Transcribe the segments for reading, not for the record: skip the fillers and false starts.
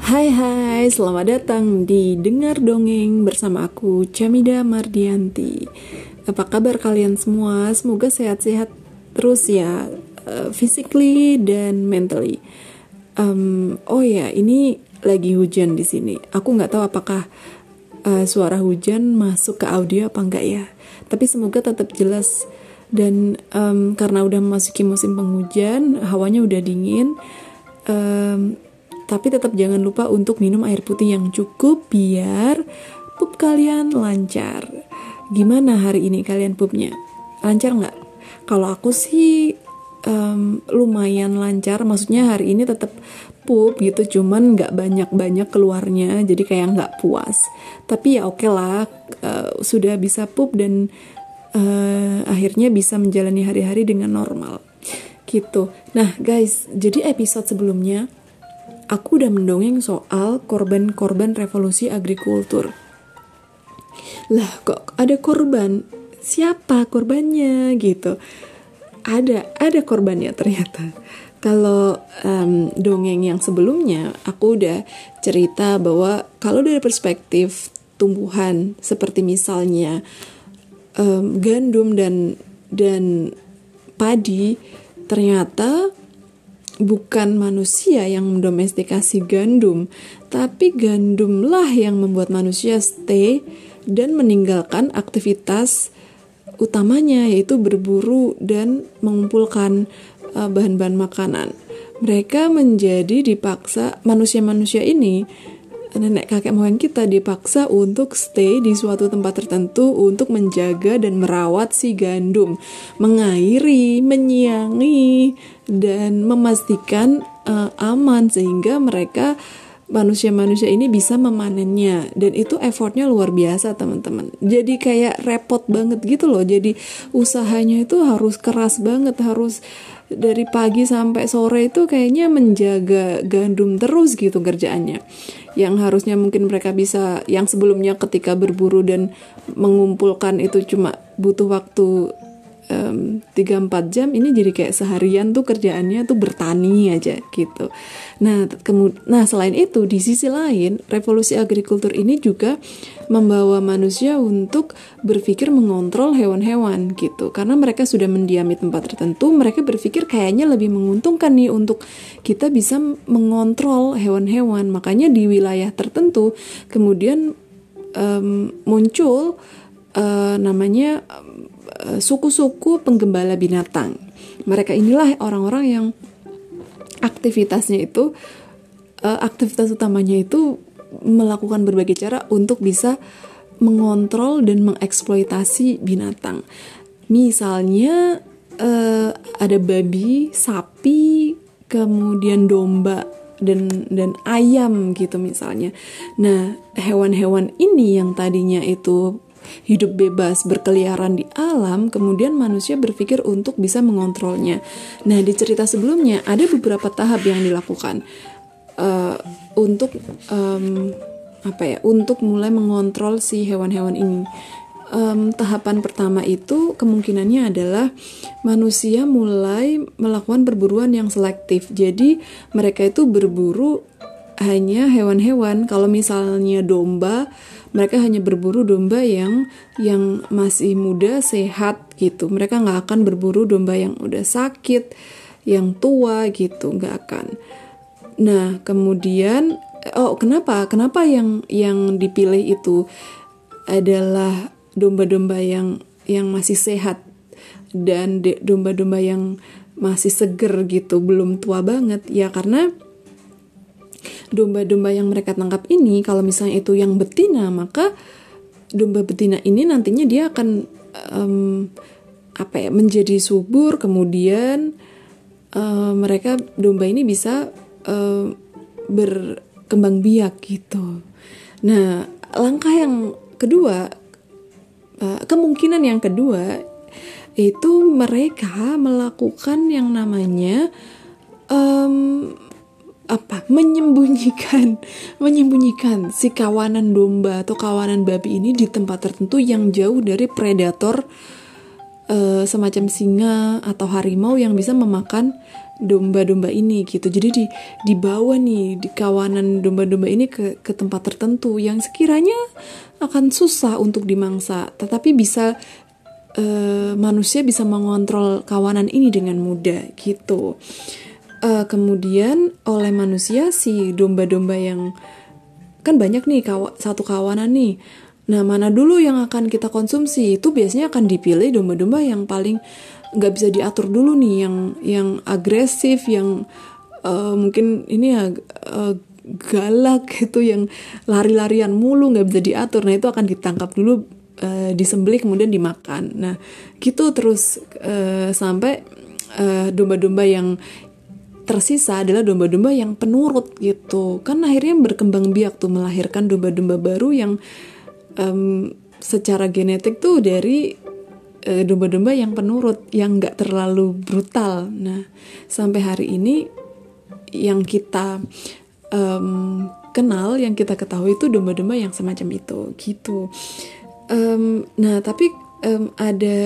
Hai, selamat datang di Dengar Dongeng bersama aku, Chamida Mardianti. Apa kabar kalian semua? Semoga sehat-sehat terus ya, physically dan mentally. Oh ya, ini lagi hujan di sini. Aku nggak tahu apakah suara hujan masuk ke audio apa enggak ya. Tapi semoga tetap jelas. Dan karena udah memasuki musim penghujan, hawanya udah dingin. Tapi tetap jangan lupa untuk minum air putih yang cukup biar pup kalian lancar. Gimana hari ini kalian pupnya? Lancar nggak? Kalau aku sih lumayan lancar. Maksudnya hari ini tetap pup gitu, cuman nggak banyak-banyak keluarnya, jadi kayak nggak puas. Tapi ya oke lah, sudah bisa pup dan akhirnya bisa menjalani hari-hari dengan normal. Gitu. Nah guys, jadi episode sebelumnya aku udah mendongeng soal korban-korban revolusi agrikultur. Lah kok ada korban? Siapa korbannya gitu? Ada korbannya ternyata. Kalau dongeng yang sebelumnya aku udah cerita bahwa kalau dari perspektif tumbuhan seperti misalnya gandum dan padi, ternyata bukan manusia yang mendomestikasi gandum, tapi gandumlah yang membuat manusia stay dan meninggalkan aktivitas utamanya, yaitu berburu dan mengumpulkan bahan-bahan makanan. Mereka menjadi dipaksa, manusia-manusia ini, nenek kakek moyang kita dipaksa untuk stay di suatu tempat tertentu untuk menjaga dan merawat si gandum, mengairi, menyiangi, dan memastikan aman sehingga mereka manusia-manusia ini bisa memanennya. Dan itu effortnya luar biasa teman-teman. Jadi kayak repot banget gitu loh. Jadi usahanya itu harus keras banget, harus dari pagi sampai sore itu kayaknya menjaga gandum terus gitu kerjaannya. Yang harusnya mungkin mereka bisa, yang sebelumnya ketika berburu dan mengumpulkan itu cuma butuh waktu 3-4 jam, ini jadi kayak seharian tuh kerjaannya tuh bertani aja gitu. Nah selain itu, di sisi lain revolusi agrikultur ini juga membawa manusia untuk berpikir mengontrol hewan-hewan gitu. Karena mereka sudah mendiami tempat tertentu, mereka berpikir kayaknya lebih menguntungkan nih untuk kita bisa mengontrol hewan-hewan. Makanya di wilayah tertentu kemudian muncul namanya suku-suku penggembala binatang. Mereka inilah orang-orang yang aktivitasnya itu, aktivitas utamanya itu melakukan berbagai cara untuk bisa mengontrol dan mengeksploitasi binatang. Misalnya ada babi, sapi, kemudian domba dan ayam gitu misalnya. Nah, hewan-hewan ini yang tadinya itu hidup bebas berkeliaran di alam, kemudian manusia berpikir untuk bisa mengontrolnya. Nah, di cerita sebelumnya ada beberapa tahap yang dilakukan untuk untuk mulai mengontrol si hewan-hewan ini. Tahapan pertama itu kemungkinannya adalah manusia mulai melakukan perburuan yang selektif. Jadi mereka itu berburu hanya hewan-hewan. Kalau misalnya domba, mereka hanya berburu domba yang masih muda, sehat gitu. Mereka nggak akan berburu domba yang udah sakit, yang tua gitu, nggak akan. Nah, kemudian kenapa yang dipilih itu adalah domba-domba yang masih sehat dan domba-domba yang masih seger gitu, belum tua banget ya, karena domba-domba yang mereka tangkap ini, kalau misalnya itu yang betina, maka domba betina ini nantinya dia akan menjadi subur, kemudian mereka domba ini bisa berkembang biak gitu. Nah, langkah yang kedua, kemungkinan yang kedua itu mereka melakukan yang namanya menyembunyikan si kawanan domba atau kawanan babi ini di tempat tertentu yang jauh dari predator semacam singa atau harimau yang bisa memakan domba-domba ini gitu. Jadi dibawa nih di kawanan domba-domba ini ke tempat tertentu yang sekiranya akan susah untuk dimangsa, tetapi bisa manusia bisa mengontrol kawanan ini dengan mudah gitu. Kemudian oleh manusia si domba-domba yang kan banyak nih satu kawanan nih. Nah, mana dulu yang akan kita konsumsi? Itu biasanya akan dipilih domba-domba yang paling nggak bisa diatur dulu nih, yang agresif, yang mungkin ini galak gitu, yang lari-larian mulu nggak bisa diatur. Nah, itu akan ditangkap dulu, disembelih kemudian dimakan. Nah, gitu terus sampai domba-domba yang tersisa adalah domba-domba yang penurut gitu. Kan akhirnya berkembang biak tuh, melahirkan domba-domba baru yang secara genetik tuh dari domba-domba yang penurut, yang nggak terlalu brutal. Nah, sampai hari ini yang kita kenal, yang kita ketahui itu domba-domba yang semacam itu gitu. Nah, tapi ada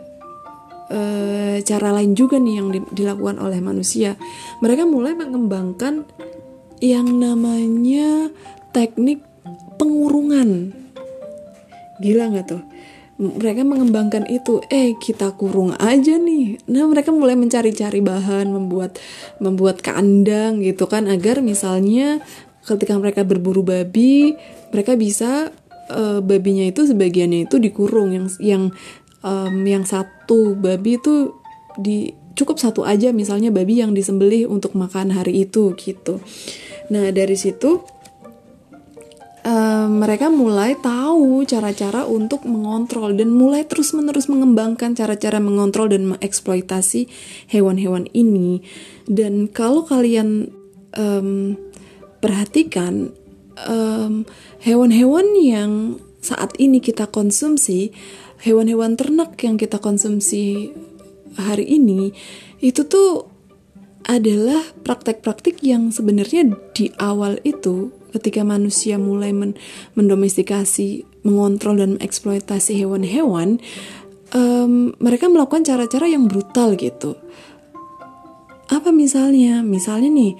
cara lain juga nih yang dilakukan oleh manusia. Mereka mulai mengembangkan yang namanya teknik pengurungan. Gila nggak tuh? Mereka mengembangkan itu. Kita kurung aja nih. Nah, mereka mulai mencari-cari bahan, membuat kandang gitu kan, agar misalnya ketika mereka berburu babi, mereka bisa babinya itu sebagiannya itu dikurung, yang satu babi itu cukup satu aja misalnya babi yang disembelih untuk makan hari itu gitu. Nah, dari situ mereka mulai tahu cara-cara untuk mengontrol dan mulai terus-menerus mengembangkan cara-cara mengontrol dan mengeksploitasi hewan-hewan ini. Dan kalau kalian perhatikan, hewan-hewan yang saat ini kita konsumsi, hewan-hewan ternak yang kita konsumsi hari ini, itu tuh adalah praktek-praktik yang sebenarnya di awal itu ketika manusia mulai mendomestikasi, mengontrol dan mengeksploitasi hewan-hewan, mereka melakukan cara-cara yang brutal gitu. Apa misalnya? Misalnya nih,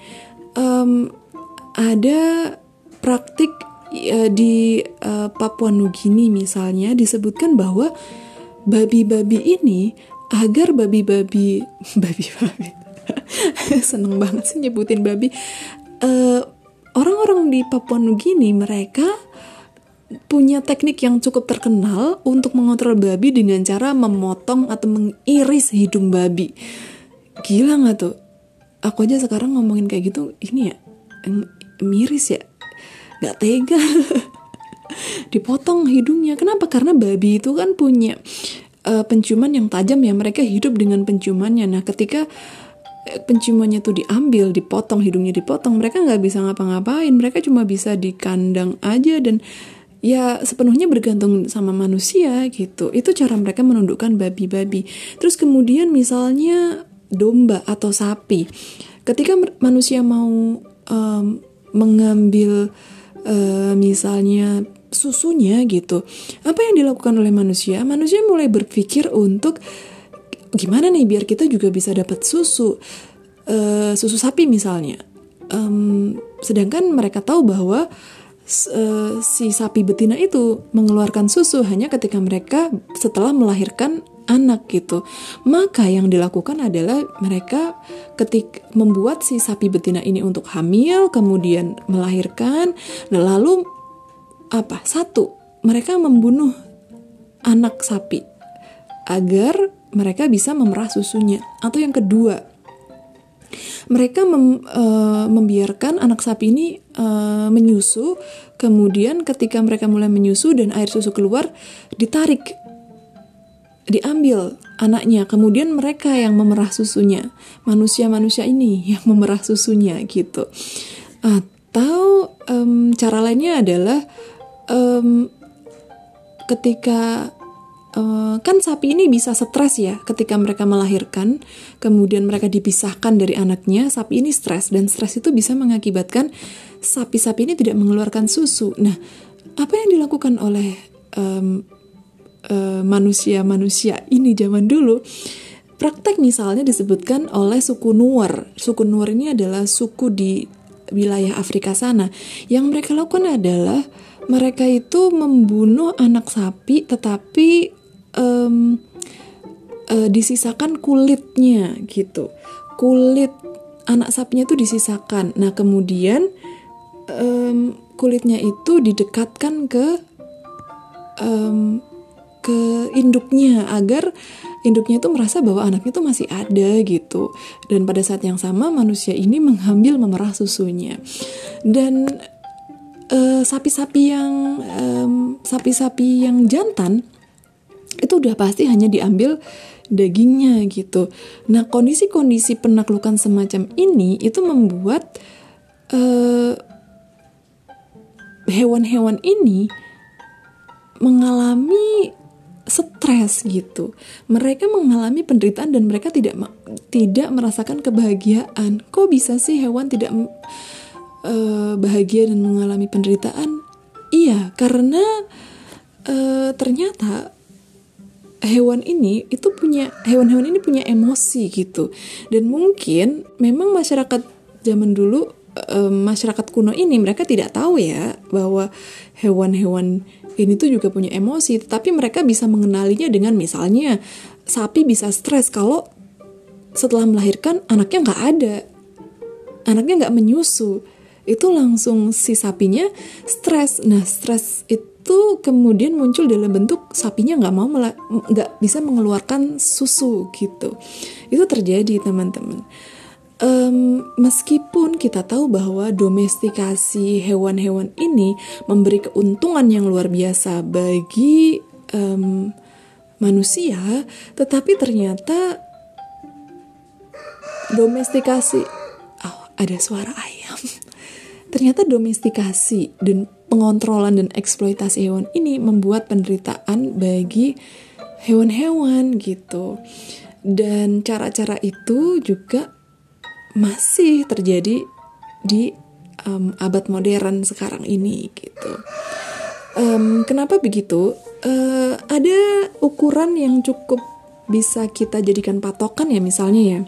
ada praktik di Papua Nugini misalnya disebutkan bahwa babi-babi ini, agar babi-babi seneng banget sih nyebutin babi, orang-orang di Papua Nugini mereka punya teknik yang cukup terkenal untuk mengontrol babi dengan cara memotong atau mengiris hidung babi. Gila gak tuh? Aku aja sekarang ngomongin kayak gitu, ini ya miris ya, gak tega. Dipotong hidungnya. Kenapa? Karena babi itu kan punya penciuman yang tajam ya. Mereka hidup dengan penciumannya. Nah, ketika penciumannya tuh diambil, dipotong, hidungnya dipotong, mereka gak bisa ngapa-ngapain. Mereka cuma bisa di kandang aja dan ya sepenuhnya bergantung sama manusia gitu. Itu cara mereka menundukkan babi-babi. Terus kemudian misalnya domba atau sapi. Ketika manusia mau mengambil misalnya susunya gitu, apa yang dilakukan oleh manusia? Manusia mulai berpikir untuk gimana nih biar kita juga bisa dapat susu sapi misalnya. Sedangkan mereka tahu bahwa si sapi betina itu mengeluarkan susu hanya ketika mereka setelah melahirkan anak gitu. Maka yang dilakukan adalah mereka ketika membuat si sapi betina ini untuk hamil, kemudian melahirkan, lalu mereka membunuh anak sapi agar mereka bisa memerah susunya. Atau yang kedua, mereka membiarkan anak sapi ini menyusu, kemudian ketika mereka mulai menyusu dan air susu keluar, diambil anaknya, kemudian mereka yang memerah susunya, manusia ini yang memerah susunya gitu. Atau cara lainnya adalah ketika kan sapi ini bisa stres ya ketika mereka melahirkan, kemudian mereka dipisahkan dari anaknya. Sapi ini stres, dan stres itu bisa mengakibatkan sapi-sapi ini tidak mengeluarkan susu. Nah, apa yang dilakukan oleh manusia-manusia ini zaman dulu. Praktek misalnya disebutkan oleh suku Nuer. Suku Nuer ini adalah suku di wilayah Afrika sana. Yang mereka lakukan adalah mereka itu membunuh anak sapi, tetapi disisakan kulitnya gitu. Kulit anak sapinya itu disisakan. Nah kemudian kulitnya itu didekatkan ke induknya agar induknya itu merasa bahwa anaknya itu masih ada gitu. Dan pada saat yang sama manusia ini mengambil memerah susunya. Dan sapi-sapi yang jantan itu udah pasti hanya diambil dagingnya gitu. Nah kondisi-kondisi penaklukan semacam ini itu membuat hewan-hewan ini mengalami stres gitu. Mereka mengalami penderitaan dan mereka tidak merasakan kebahagiaan. Kok bisa sih hewan tidak bahagia dan mengalami penderitaan? Iya, karena ternyata hewan-hewan ini punya emosi gitu. Dan mungkin memang masyarakat zaman dulu, masyarakat kuno ini mereka tidak tahu ya bahwa hewan-hewan ini tuh juga punya emosi, tetapi mereka bisa mengenalinya dengan misalnya sapi bisa stres kalau setelah melahirkan anaknya nggak ada, anaknya nggak menyusu, itu langsung si sapinya stres. Nah stres itu kemudian muncul dalam bentuk sapinya nggak bisa mengeluarkan susu gitu. Itu terjadi teman-teman. Meskipun kita tahu bahwa domestikasi hewan-hewan ini memberi keuntungan yang luar biasa bagi manusia, tetapi ternyata ada suara ayam. Ternyata domestikasi dan pengontrolan dan eksploitasi hewan ini membuat penderitaan bagi hewan-hewan gitu. Dan cara-cara itu juga masih terjadi di abad modern sekarang ini gitu. Kenapa begitu? Ada ukuran yang cukup bisa kita jadikan patokan ya, misalnya ya.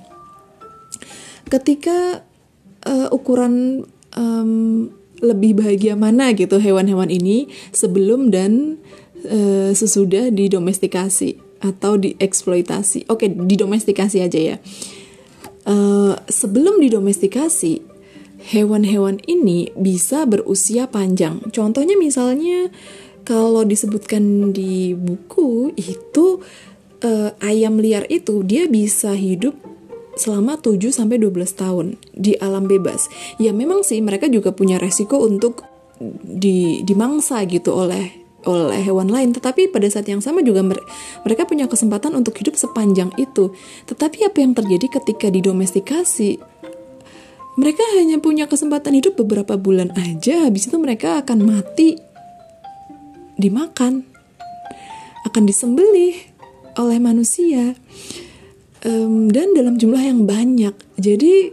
Ketika ukuran lebih bahagia mana gitu hewan-hewan ini sebelum dan sesudah didomestikasi atau dieksploitasi. Oke, didomestikasi aja ya. Sebelum didomestikasi, hewan-hewan ini bisa berusia panjang. Contohnya misalnya kalau disebutkan di buku itu ayam liar itu dia bisa hidup selama 7-12 tahun di alam bebas. Ya memang sih mereka juga punya resiko untuk dimangsa gitu oleh hewan lain, tetapi pada saat yang sama juga mereka punya kesempatan untuk hidup sepanjang itu. Tetapi apa yang terjadi ketika didomestikasi? Mereka hanya punya kesempatan hidup beberapa bulan aja, habis itu mereka akan mati, dimakan, akan disembelih oleh manusia, dan dalam jumlah yang banyak. Jadi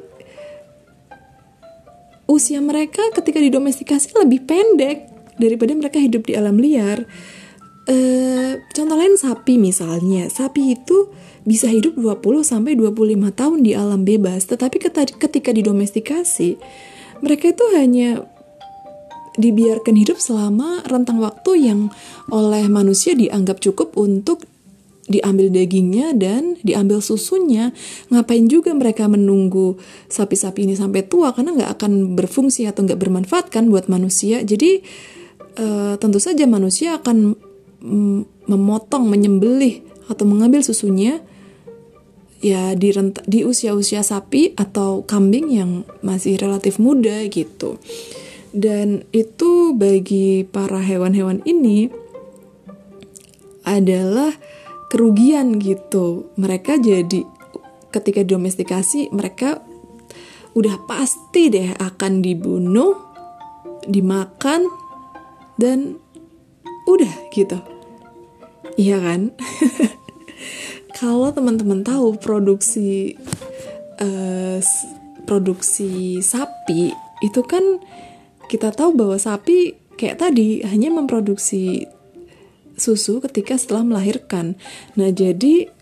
usia mereka ketika didomestikasi lebih pendek daripada mereka hidup di alam liar. Contoh lain sapi misalnya. Sapi itu bisa hidup 20-25 tahun di alam bebas. Tetapi ketika didomestikasi, mereka itu hanya dibiarkan hidup selama rentang waktu yang oleh manusia dianggap cukup untuk diambil dagingnya dan diambil susunya. Ngapain juga mereka menunggu sapi-sapi ini sampai tua, karena nggak akan berfungsi atau nggak bermanfaat kan buat manusia. Jadi tentu saja manusia akan memotong, menyembelih atau mengambil susunya ya di usia-usia sapi atau kambing yang masih relatif muda gitu. Dan itu bagi para hewan-hewan ini adalah kerugian gitu. Mereka jadi ketika domestikasi mereka udah pasti deh akan dibunuh, dimakan, dan udah gitu. Iya kan? Kalau teman-teman tahu produksi sapi itu kan, kita tahu bahwa sapi kayak tadi hanya memproduksi susu ketika setelah melahirkan. Nah, jadi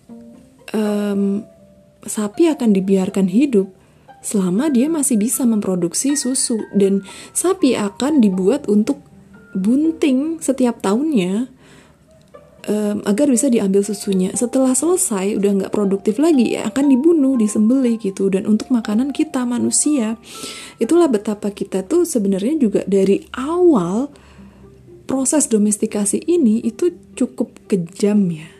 sapi akan dibiarkan hidup selama dia masih bisa memproduksi susu, dan sapi akan dibuat untuk bunting setiap tahunnya agar bisa diambil susunya. Setelah selesai udah nggak produktif lagi, ya akan dibunuh, disembelih gitu, dan untuk makanan kita manusia. Itulah betapa kita tuh sebenarnya juga dari awal proses domestikasi ini itu cukup kejam ya.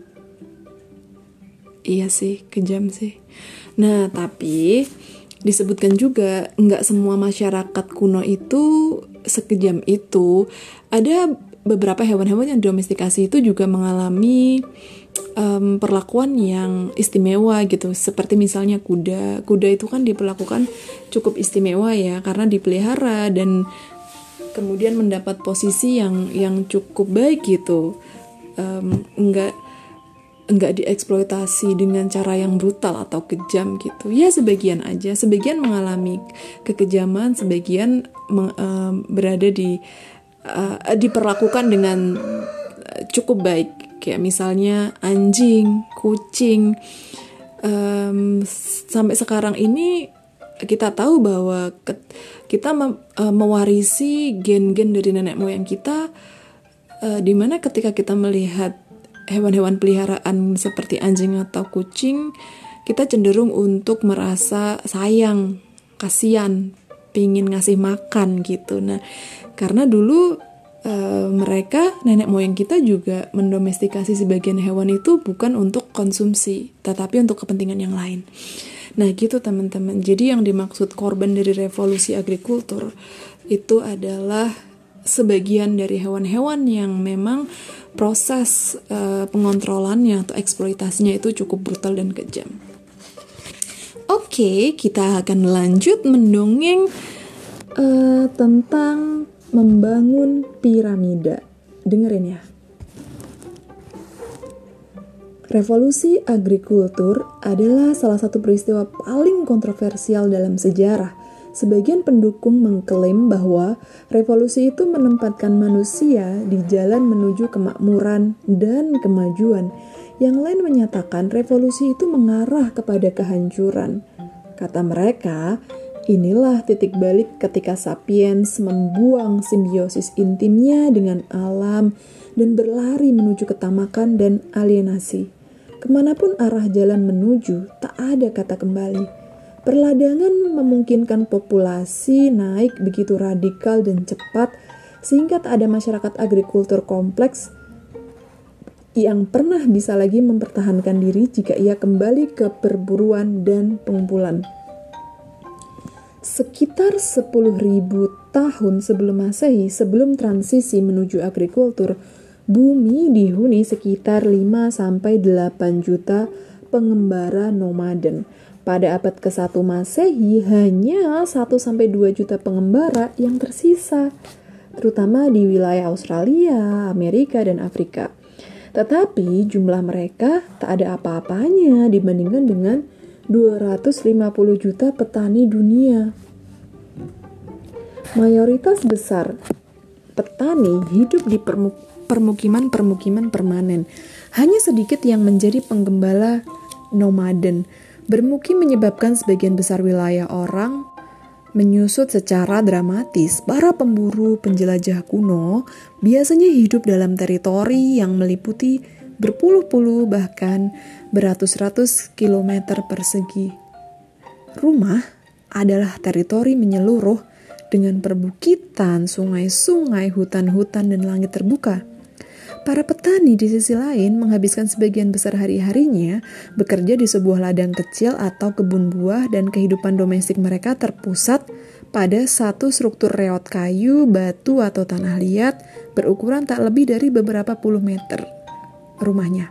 Iya sih, kejam sih. Nah, tapi disebutkan juga nggak semua masyarakat kuno itu sekejam itu. Ada beberapa hewan-hewan yang domestikasi itu juga mengalami perlakuan yang istimewa gitu. Seperti misalnya kuda. Kuda itu kan diperlakukan cukup istimewa ya, karena dipelihara dan kemudian mendapat posisi yang cukup baik gitu. Enggak dieksploitasi dengan cara yang brutal atau kejam gitu. Ya sebagian aja, sebagian mengalami kekejaman, sebagian berada diperlakukan dengan cukup baik. Kayak misalnya anjing, kucing. Sampai sekarang ini kita tahu bahwa kita mewarisi gen-gen dari nenek moyang kita, dimana ketika kita melihat hewan-hewan peliharaan seperti anjing atau kucing, kita cenderung untuk merasa sayang, kasihan, pingin ngasih makan gitu. Nah, karena dulu mereka, nenek moyang kita juga mendomestikasi sebagian hewan itu bukan untuk konsumsi, tetapi untuk kepentingan yang lain. Nah gitu teman-teman, jadi yang dimaksud korban dari revolusi agrikultur itu adalah sebagian dari hewan-hewan yang memang proses pengontrolannya atau eksploitasinya itu cukup brutal dan kejam. Oke, kita akan lanjut mendongeng tentang membangun piramida. Dengerin ya. Revolusi agrikultur adalah salah satu peristiwa paling kontroversial dalam sejarah. Sebagian pendukung mengklaim bahwa revolusi itu menempatkan manusia di jalan menuju kemakmuran dan kemajuan. Yang lain menyatakan revolusi itu mengarah kepada kehancuran. Kata mereka, inilah titik balik ketika sapiens membuang simbiosis intimnya dengan alam dan berlari menuju ketamakan dan alienasi. Kemanapun arah jalan menuju, tak ada kata kembali. Perladangan memungkinkan populasi naik begitu radikal dan cepat, sehingga tak ada masyarakat agrikultur kompleks yang pernah bisa lagi mempertahankan diri jika ia kembali ke perburuan dan pengumpulan. Sekitar 10.000 tahun sebelum Masehi, sebelum transisi menuju agrikultur, bumi dihuni sekitar 5-8 juta pengembara nomaden. Pada abad ke-1 Masehi, hanya 1-2 juta pengembara yang tersisa, terutama di wilayah Australia, Amerika, dan Afrika. Tetapi jumlah mereka tak ada apa-apanya dibandingkan dengan 250 juta petani dunia. Mayoritas besar petani hidup di permukiman-permukiman permanen. Hanya sedikit yang menjadi penggembala nomaden. Bermukim menyebabkan sebagian besar wilayah orang menyusut secara dramatis. Para pemburu penjelajah kuno biasanya hidup dalam teritori yang meliputi berpuluh-puluh bahkan beratus-ratus kilometer persegi. Rumah adalah teritori menyeluruh dengan perbukitan, sungai-sungai, hutan-hutan, dan langit terbuka. Para petani di sisi lain menghabiskan sebagian besar hari-harinya bekerja di sebuah ladang kecil atau kebun buah, dan kehidupan domestik mereka terpusat pada satu struktur reot kayu, batu, atau tanah liat berukuran tak lebih dari beberapa puluh meter rumahnya.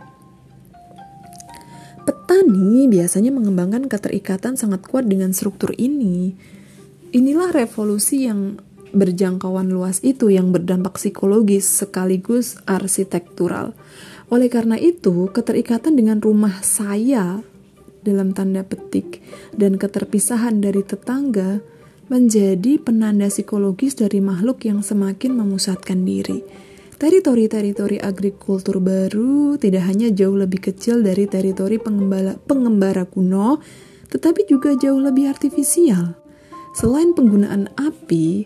Petani biasanya mengembangkan keterikatan sangat kuat dengan struktur ini. Inilah revolusi yang berjangkauan luas itu yang berdampak psikologis sekaligus arsitektural. Oleh karena itu, keterikatan dengan rumah saya dalam tanda petik dan keterpisahan dari tetangga menjadi penanda psikologis dari makhluk yang semakin memusatkan diri. Teritori-teritori agrikultur baru tidak hanya jauh lebih kecil dari teritori pengembara kuno, tetapi juga jauh lebih artifisial. Selain penggunaan api,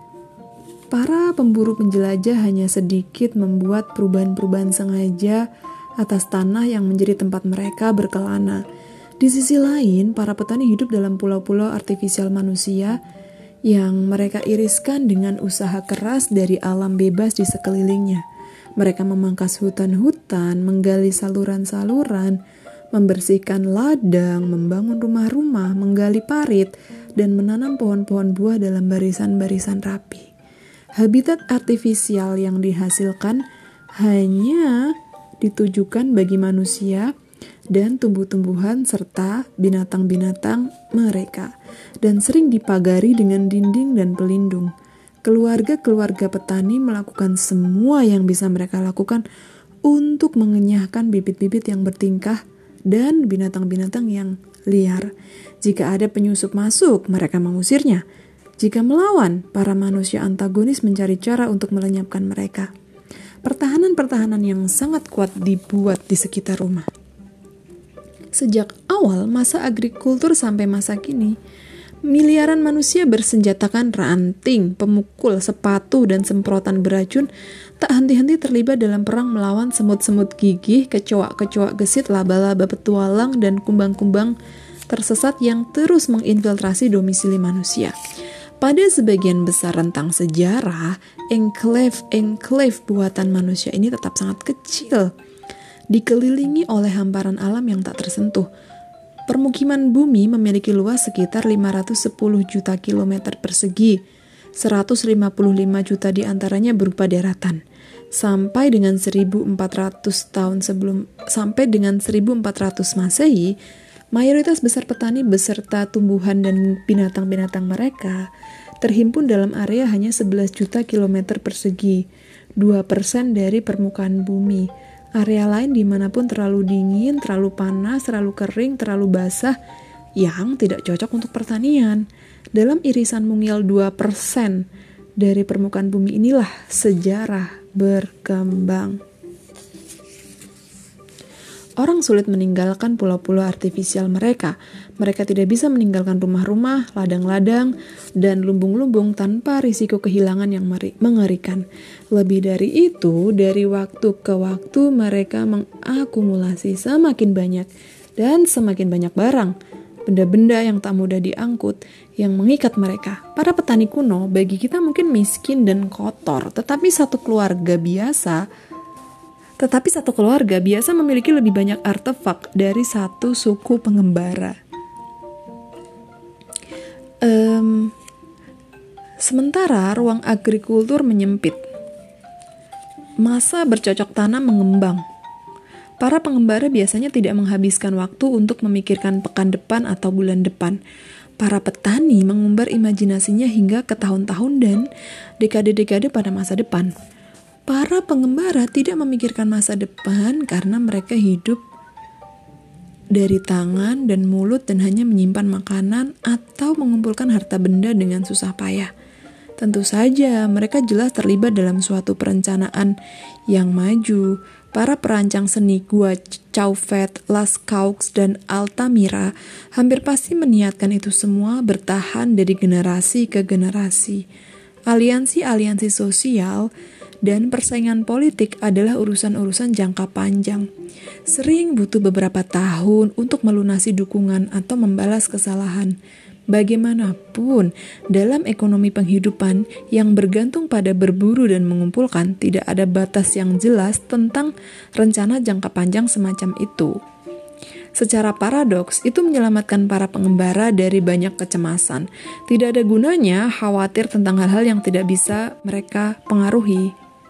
para pemburu penjelajah hanya sedikit membuat perubahan-perubahan sengaja atas tanah yang menjadi tempat mereka berkelana. Di sisi lain, para petani hidup dalam pulau-pulau artifisial manusia yang mereka iriskan dengan usaha keras dari alam bebas di sekelilingnya. Mereka memangkas hutan-hutan, menggali saluran-saluran, membersihkan ladang, membangun rumah-rumah, menggali parit, dan menanam pohon-pohon buah dalam barisan-barisan rapi. Habitat artifisial yang dihasilkan hanya ditujukan bagi manusia dan tumbuh-tumbuhan serta binatang-binatang mereka, dan sering dipagari dengan dinding dan pelindung. Keluarga-keluarga petani melakukan semua yang bisa mereka lakukan untuk mengenyahkan bibit-bibit yang bertingkah dan binatang-binatang yang liar. Jika ada penyusup masuk, mereka mengusirnya. Jika melawan, para manusia antagonis mencari cara untuk melenyapkan mereka. Pertahanan-pertahanan yang sangat kuat dibuat di sekitar rumah. Sejak awal masa agrikultur sampai masa kini, miliaran manusia bersenjatakan ranting, pemukul, sepatu, dan semprotan beracun tak henti-henti terlibat dalam perang melawan semut-semut gigih, kecoak-kecoak gesit, laba-laba petualang, dan kumbang-kumbang tersesat yang terus menginfiltrasi domisili manusia. Pada sebagian besar rentang sejarah, enklave buatan manusia ini tetap sangat kecil, dikelilingi oleh hamparan alam yang tak tersentuh. Permukiman bumi memiliki luas sekitar 510 juta kilometer persegi, 155 juta diantaranya berupa daratan. Sampai dengan 1400 Masehi, mayoritas besar petani beserta tumbuhan dan binatang-binatang mereka terhimpun dalam area hanya 11 juta kilometer persegi, 2% dari permukaan bumi. Area lain dimanapun terlalu dingin, terlalu panas, terlalu kering, terlalu basah, yang tidak cocok untuk pertanian. Dalam irisan mungil 2% dari permukaan bumi inilah sejarah berkembang. Orang sulit meninggalkan pulau-pulau artifisial mereka. Mereka tidak bisa meninggalkan rumah-rumah, ladang-ladang, dan lumbung-lumbung tanpa risiko kehilangan yang mengerikan. Lebih dari itu, dari waktu ke waktu mereka mengakumulasi semakin banyak dan semakin banyak barang, benda-benda yang tak mudah diangkut, yang mengikat mereka. Para petani kuno bagi kita mungkin miskin dan kotor, tetapi satu keluarga biasa memiliki lebih banyak artefak dari satu suku pengembara. Sementara ruang agrikultur menyempit, masa bercocok tanam mengembang. Para pengembara biasanya tidak menghabiskan waktu untuk memikirkan pekan depan atau bulan depan. Para petani mengumbar imajinasinya hingga ke tahun-tahun dan dekade-dekade pada masa depan. Para pengembara tidak memikirkan masa depan karena mereka hidup dari tangan dan mulut dan hanya menyimpan makanan atau mengumpulkan harta benda dengan susah payah. Tentu saja mereka jelas terlibat dalam suatu perencanaan yang maju. Para perancang seni Gua Chauvet, Lascaux, dan Altamira hampir pasti meniatkan itu semua bertahan dari generasi ke generasi. Aliansi-aliansi sosial dan persaingan politik adalah urusan-urusan jangka panjang. Sering butuh beberapa tahun untuk melunasi dukungan atau membalas kesalahan. Bagaimanapun, dalam ekonomi penghidupan yang bergantung pada berburu dan mengumpulkan, tidak ada batas yang jelas tentang rencana jangka panjang semacam itu. Secara paradoks, itu menyelamatkan para pengembara dari banyak kecemasan. Tidak ada gunanya khawatir tentang hal-hal yang tidak bisa mereka pengaruhi.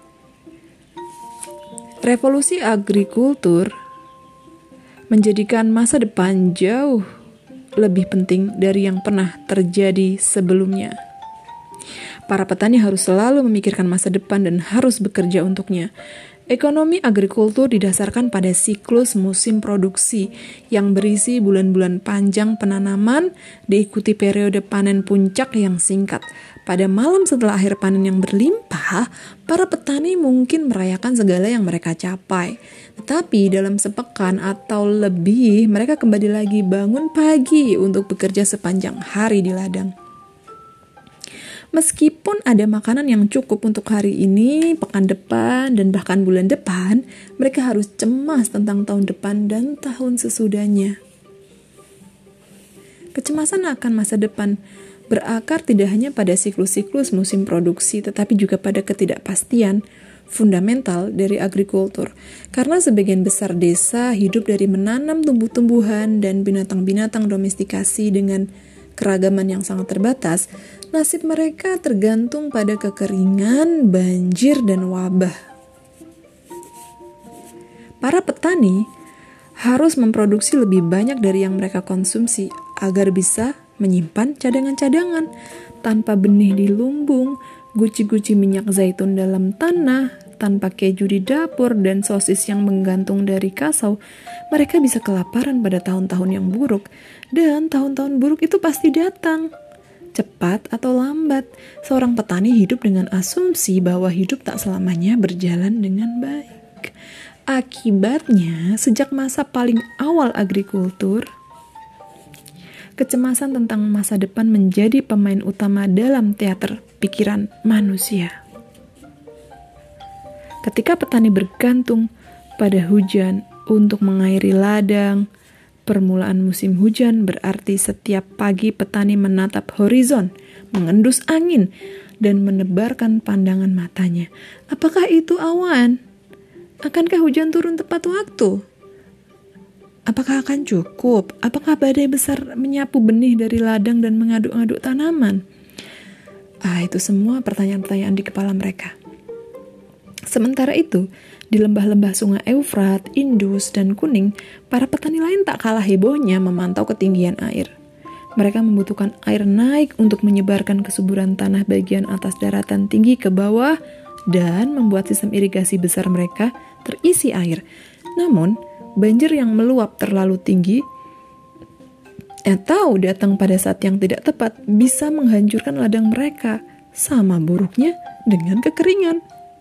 Revolusi agrikultur menjadikan masa depan jauh lebih penting dari yang pernah terjadi sebelumnya. Para petani harus selalu memikirkan masa depan dan harus bekerja untuknya. Ekonomi agrikultur didasarkan pada siklus musim produksi yang berisi bulan-bulan panjang penanaman, diikuti periode panen puncak yang singkat. Pada malam setelah akhir panen yang berlimpah, para petani mungkin merayakan segala yang mereka capai. Tetapi dalam sepekan atau lebih, mereka kembali lagi bangun pagi untuk bekerja sepanjang hari di ladang. Meskipun ada makanan yang cukup untuk hari ini, pekan depan, dan bahkan bulan depan, mereka harus cemas tentang tahun depan dan tahun sesudahnya. Kecemasan akan masa depan berakar tidak hanya pada siklus-siklus musim produksi, tetapi juga pada ketidakpastian fundamental dari agrikultur. Karena sebagian besar desa hidup dari menanam tumbuh-tumbuhan dan binatang-binatang domestikasi dengan keragaman yang sangat terbatas, nasib mereka tergantung pada kekeringan, banjir, dan wabah. Para petani harus memproduksi lebih banyak dari yang mereka konsumsi agar bisa menyimpan cadangan-cadangan. Tanpa benih di lumbung, guci-guci minyak zaitun dalam tanah, tanpa keju di dapur, dan sosis yang menggantung dari kasau, mereka bisa kelaparan pada tahun-tahun yang buruk. Dan tahun-tahun buruk itu pasti datang. Cepat atau lambat, seorang petani hidup dengan asumsi bahwa hidup tak selamanya berjalan dengan baik. Akibatnya, sejak masa paling awal agrikultur, kecemasan tentang masa depan menjadi pemain utama dalam teater pikiran manusia. Ketika petani bergantung pada hujan untuk mengairi ladang, permulaan musim hujan berarti setiap pagi petani menatap horizon, mengendus angin, dan menebarkan pandangan matanya. Apakah itu awan? Akankah hujan turun tepat waktu? Apakah akan cukup? Apakah badai besar menyapu benih dari ladang dan mengaduk-aduk tanaman? Itu semua pertanyaan-pertanyaan di kepala mereka. Sementara itu, di lembah-lembah sungai Eufrat, Indus, dan Kuning, para petani lain tak kalah hebohnya memantau ketinggian air. Mereka membutuhkan air naik untuk menyebarkan kesuburan tanah bagian atas daratan tinggi ke bawah dan membuat sistem irigasi besar mereka terisi air. Namun, banjir yang meluap terlalu tinggi atau datang pada saat yang tidak tepat bisa menghancurkan ladang mereka. Sama buruknya dengan kekeringan.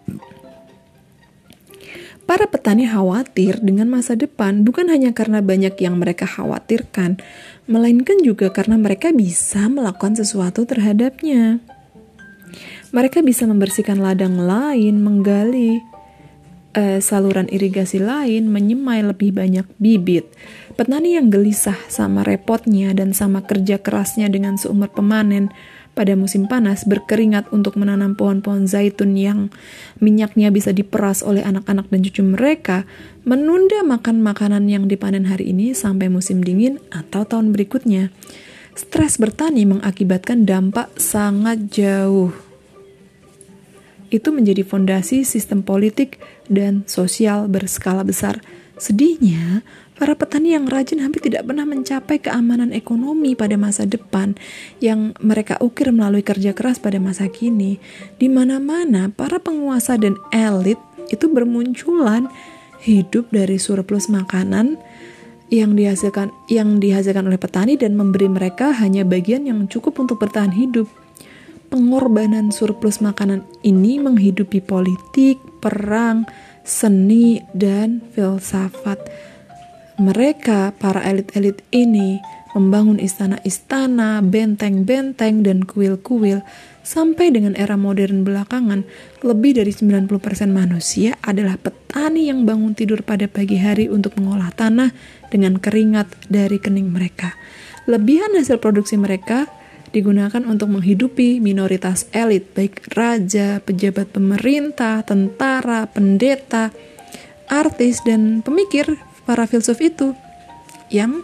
Para petani khawatir dengan masa depan bukan hanya karena banyak yang mereka khawatirkan, melainkan juga karena mereka bisa melakukan sesuatu terhadapnya. Mereka bisa membersihkan ladang lain, menggali saluran irigasi lain, menyemai lebih banyak bibit. Petani yang gelisah sama repotnya dan sama kerja kerasnya dengan seumur pemanen pada musim panas berkeringat untuk menanam pohon-pohon zaitun yang minyaknya bisa diperas oleh anak-anak dan cucu mereka, menunda makan makanan yang dipanen hari ini sampai musim dingin atau tahun berikutnya. Stres bertani mengakibatkan dampak sangat jauh. Itu menjadi fondasi sistem politik dan sosial berskala besar. Sedihnya, para petani yang rajin hampir tidak pernah mencapai keamanan ekonomi pada masa depan yang mereka ukir melalui kerja keras pada masa kini. Di mana-mana, para penguasa dan elit itu bermunculan hidup dari surplus makanan yang dihasilkan oleh petani dan memberi mereka hanya bagian yang cukup untuk bertahan hidup. Pengorbanan surplus makanan ini menghidupi politik, perang, seni, dan filsafat. Mereka, para elit-elit ini, membangun istana-istana, benteng-benteng, dan kuil-kuil. Sampai dengan era modern belakangan, lebih dari 90% manusia adalah petani yang bangun tidur pada pagi hari untuk mengolah tanah dengan keringat dari kening mereka. Lebihan hasil produksi mereka digunakan untuk menghidupi minoritas elit, baik raja, pejabat pemerintah, tentara, pendeta, artis, dan pemikir, para filsuf itu yang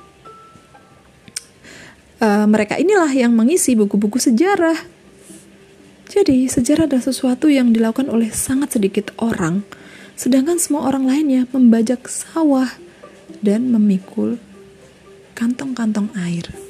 mereka inilah yang mengisi buku-buku sejarah. Jadi sejarah adalah sesuatu yang dilakukan oleh sangat sedikit orang, sedangkan semua orang lainnya membajak sawah dan memikul kantong-kantong air.